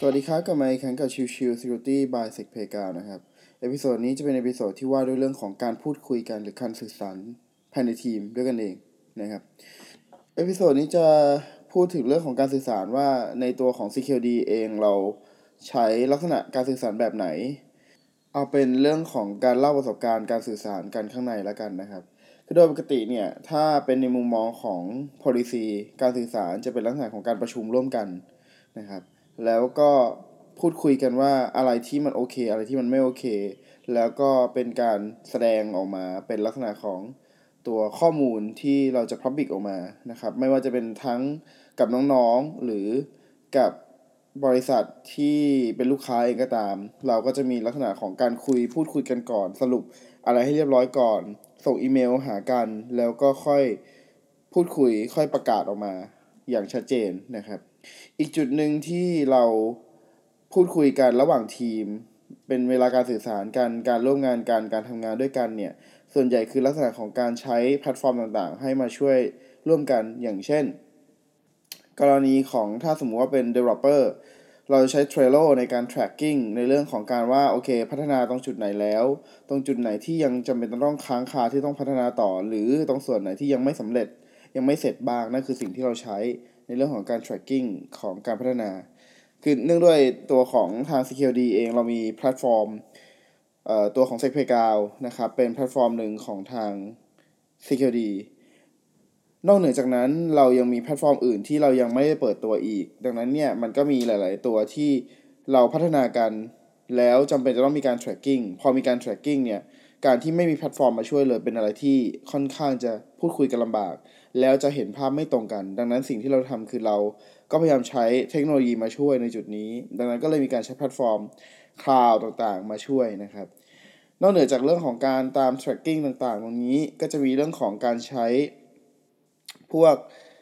สวัสดีครับกลับมาอีกครั้งกับชิว Security by Sec Playground นะครับเอพิโซดนี้จะเป็นเอพิโซดที่ว่าด้วยเรื่องของการพูดคุยกันหรือการสื่อสารภายในทีมด้วยกันเองนะครับเอพิโซดนี้จะพูดถึงเรื่องของการสื่อสารว่าในตัวของ Security เองเราใช้ลักษณะการสื่อสารแบบไหนเอาเป็นเรื่องของการเล่าประสบการณ์การสื่อสารกันข้างในแล้วกันนะครับคือโดยปกติเนี่ยถ้าเป็นในมุมมองของ policy การสื่อสารจะเป็นลักษณะของการประชุมร่วมกันนะครับแล้วก็พูดคุยกันว่าอะไรที่มันโอเคอะไรที่มันไม่โอเคแล้วก็เป็นการแสดงออกมาเป็นลักษณะของตัวข้อมูลที่เราจะ public ออกมานะครับไม่ว่าจะเป็นทั้งกับน้องๆหรือกับบริษัทที่เป็นลูกค้าเองก็ตามเราก็จะมีลักษณะของการพูดคุยกันก่อนสรุปอะไรให้เรียบร้อยก่อนส่งอีเมลหากันแล้วก็ค่อยพูดคุยค่อยประกาศออกมาอย่างชัดเจนนะครับอีกจุดหนึ่งที่เราพูดคุยกันระหว่างทีมเป็นเวลาการสื่อสารกันการร่วมงานกันการทำงานด้วยกันเนี่ยส่วนใหญ่คือลักษณะของการใช้แพลตฟอร์มต่างๆให้มาช่วยร่วมกันอย่างเช่นกรณีของถ้าสมมุติว่าเป็น developer เราจะใช้ Trello ในการ tracking ในเรื่องของการว่าโอเคพัฒนาตรงจุดไหนแล้วตรงจุดไหนที่ยังจำเป็นต้องค้างคาที่ต้องพัฒนาต่อหรือตรงส่วนไหนที่ยังไม่สำเร็จยังไม่เสร็จบ้างนั่นคือสิ่งที่เราใช้ในเรื่องของการ tracking ของการพัฒนาคือเนื่องด้วยตัวของทาง Security เองเรามีแพลตฟอร์มตัวของ Sec Playground นะครับเป็นแพลตฟอร์มหนึ่งของทาง Securityนอกเหนือจากนั้นเรายังมีแพลตฟอร์มอื่นที่เรายังไม่ได้เปิดตัวอีกดังนั้นเนี่ยมันก็มีหลายๆตัวที่เราพัฒนากันแล้วจำเป็นจะต้องมีการ tracking พอมีการ tracking เนี่ยการที่ไม่มีแพลตฟอร์มมาช่วยเลยเป็นอะไรที่ค่อนข้างจะพูดคุยกันลำบากแล้วจะเห็นภาพไม่ตรงกันดังนั้นสิ่งที่เราทำคือเราก็พยายามใช้เทคโนโลยีมาช่วยในจุดนี้ดังนั้นก็เลยมีการใช้แพลตฟอร์ม cloud ต่างๆมาช่วยนะครับนอกเหนือจากเรื่องของการตาม tracking ต่างๆตรงนี้ก็จะมีเรื่องของการใช้พวก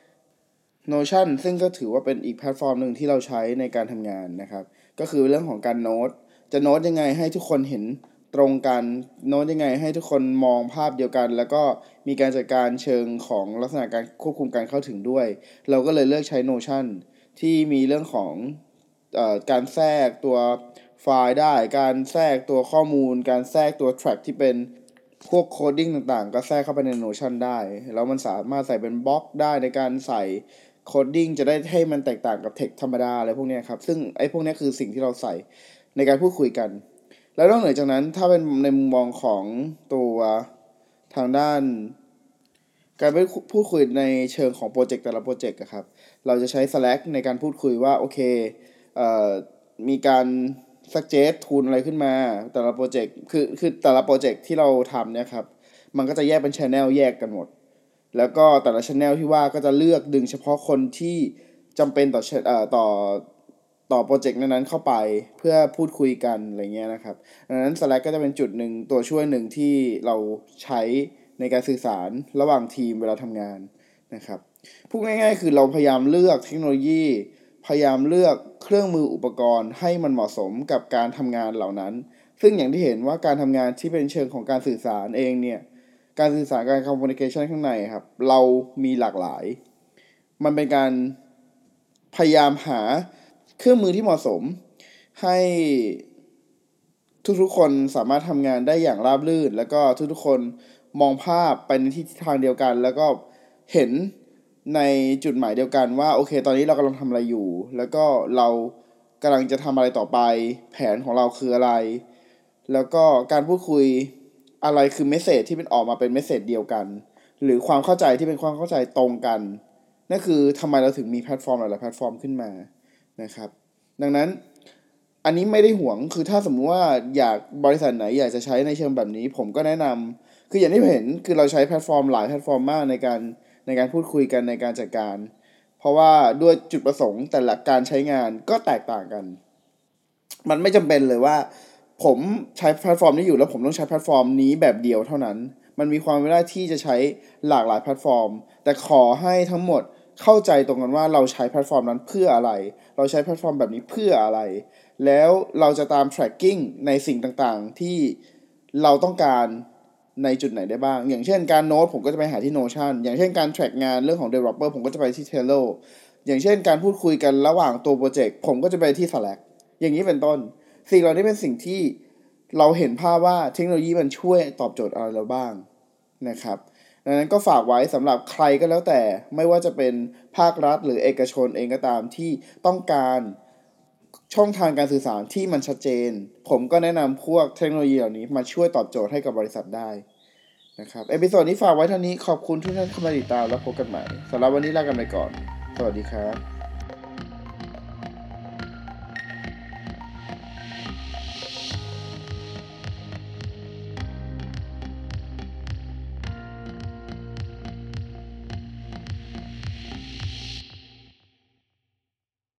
Notion ซึ่งก็ถือว่าเป็นอีกแพลตฟอร์มหนึ่งที่เราใช้ในการทำงานนะครับก็คือเรื่องของการโน้ตจะโน้ตยังไงให้ทุกคนเห็นตรงกันโน้ตยังไงให้ทุกคนมองภาพเดียวกันแล้วก็มีการจัดการเชิงของลักษณะการควบคุมการเข้าถึงด้วยเราก็เลยเลือกใช้ Notion ที่มีเรื่องของการแทรกตัวไฟล์ได้การแทรกตัวข้อมูลการแทรกตัว track ที่เป็นพวกโคดดิ้งต่างๆก็แทรกเข้าไปใน Notion ได้แล้วมันสามารถใส่เป็นบล็อกได้ในการใส่โคดดิ้งจะได้ให้มันแตกต่างกับเทคธรรมดาอะไรพวกนี้ครับซึ่งไอ้พวกนี้คือสิ่งที่เราใส่ในการพูดคุยกันแล้วนอกเหนือจากนั้นถ้าเป็นในมุมมองของตัวทางด้านการพูดคุยในเชิงของโปรเจกต์แต่ละโปรเจกต์ครับเราจะใช้ Slack ในการพูดคุยว่าโอเคมีการsuggest ทูลอะไรขึ้นมาแต่ละโปรเจกต์คือแต่ละโปรเจกต์ที่เราทำเนี่ยครับมันก็จะแยกเป็น channel แยกกันหมดแล้วก็แต่ละ channel ที่ว่าก็จะเลือกดึงเฉพาะคนที่จำเป็นต่อโปรเจกต์นั้นๆเข้าไปเพื่อพูดคุยกันอะไรเงี้ยนะครับดังนั้น Slack ก็จะเป็นจุดหนึ่งตัวช่วยหนึ่งที่เราใช้ในการสื่อสารระหว่างทีมเวลาทำงานนะครับพูดง่ายๆคือเราพยายามเลือกเทคโนโลยีพยายามเลือกเครื่องมืออุปกรณ์ให้มันเหมาะสมกับการทำงานเหล่านั้นซึ่งอย่างที่เห็นว่าการทำงานที่เป็นเชิงของการสื่อสารเองเนี่ยการสื่อสารการ communication ข้างในครับเรามีหลากหลายมันเป็นการพยายามหาเครื่องมือที่เหมาะสมให้ทุกๆคนสามารถทำงานได้อย่างราบรื่นแล้วก็ทุกๆคนมองภาพไปในทิศทางเดียวกันแล้วก็เห็นในจุดหมายเดียวกันว่าโอเคตอนนี้เรากำลังทำอะไรอยู่แล้วก็เรากำลังจะทำอะไรต่อไปแผนของเราคืออะไรแล้วก็การพูดคุยอะไรคือเมสเสจที่เป็นออกมาเป็นเมสเสจเดียวกันหรือความเข้าใจที่เป็นความเข้าใจตรงกันนั่นคือทำไมเราถึงมีแพลตฟอร์มหลายๆแพลตฟอร์มขึ้นมานะครับดังนั้นอันนี้ไม่ได้ห่วงคือถ้าสมมุติว่าอยากบริษัทไหนอยากจะใช้ในเชิงแบบนี้ผมก็แนะนำคืออย่างที่เห็นคือเราใช้แพลตฟอร์มหลายแพลตฟอร์มมากในการพูดคุยกันในการจัดการเพราะว่าด้วยจุดประสงค์แต่ละการใช้งานก็แตกต่างกันมันไม่จำเป็นเลยว่าผมใช้แพลตฟอร์มนี้อยู่แล้วผมต้องใช้แพลตฟอร์มนี้แบบเดียวเท่านั้นมันมีความเป็นได้ที่จะใช้หลากหลายแพลตฟอร์มแต่ขอให้ทั้งหมดเข้าใจตรงกันว่าเราใช้แพลตฟอร์มนั้นเพื่ออะไรเราใช้แพลตฟอร์มแบบนี้เพื่ออะไรแล้วเราจะตาม tracking ในสิ่งต่างๆที่เราต้องการในจุดไหนได้บ้างอย่างเช่นการโน้ตผมก็จะไปหาที่ Notion อย่างเช่นการ track งานเรื่องของ developer ผมก็จะไปที่ Trello อย่างเช่นการพูดคุยกันระหว่างตัวโปรเจกต์ผมก็จะไปที่ Slack อย่างนี้เป็นต้นสิ่งเหล่านี้เป็นสิ่งที่เราเห็นภาพว่าเทคโนโลยีมันช่วยตอบโจทย์อะไรเราบ้างนะครับดังนั้นก็ฝากไว้สำหรับใครก็แล้วแต่ไม่ว่าจะเป็นภาครัฐหรือเอกชนเองก็ตามที่ต้องการช่องทางการสื่อสารที่มันชัดเจนผมก็แนะนำพวกเทคโนโลยีเหล่านี้มาช่วยตอบโจทย์ให้กับบริษัทได้นะครับเอพิโซดนี้ฝากไว้เท่านี้ขอบคุณทุกท่านที่เข้ามาติดตามแล้วพบกันใหม่สำหรับวันนี้ลากันไปก่อนสวัสดีครับ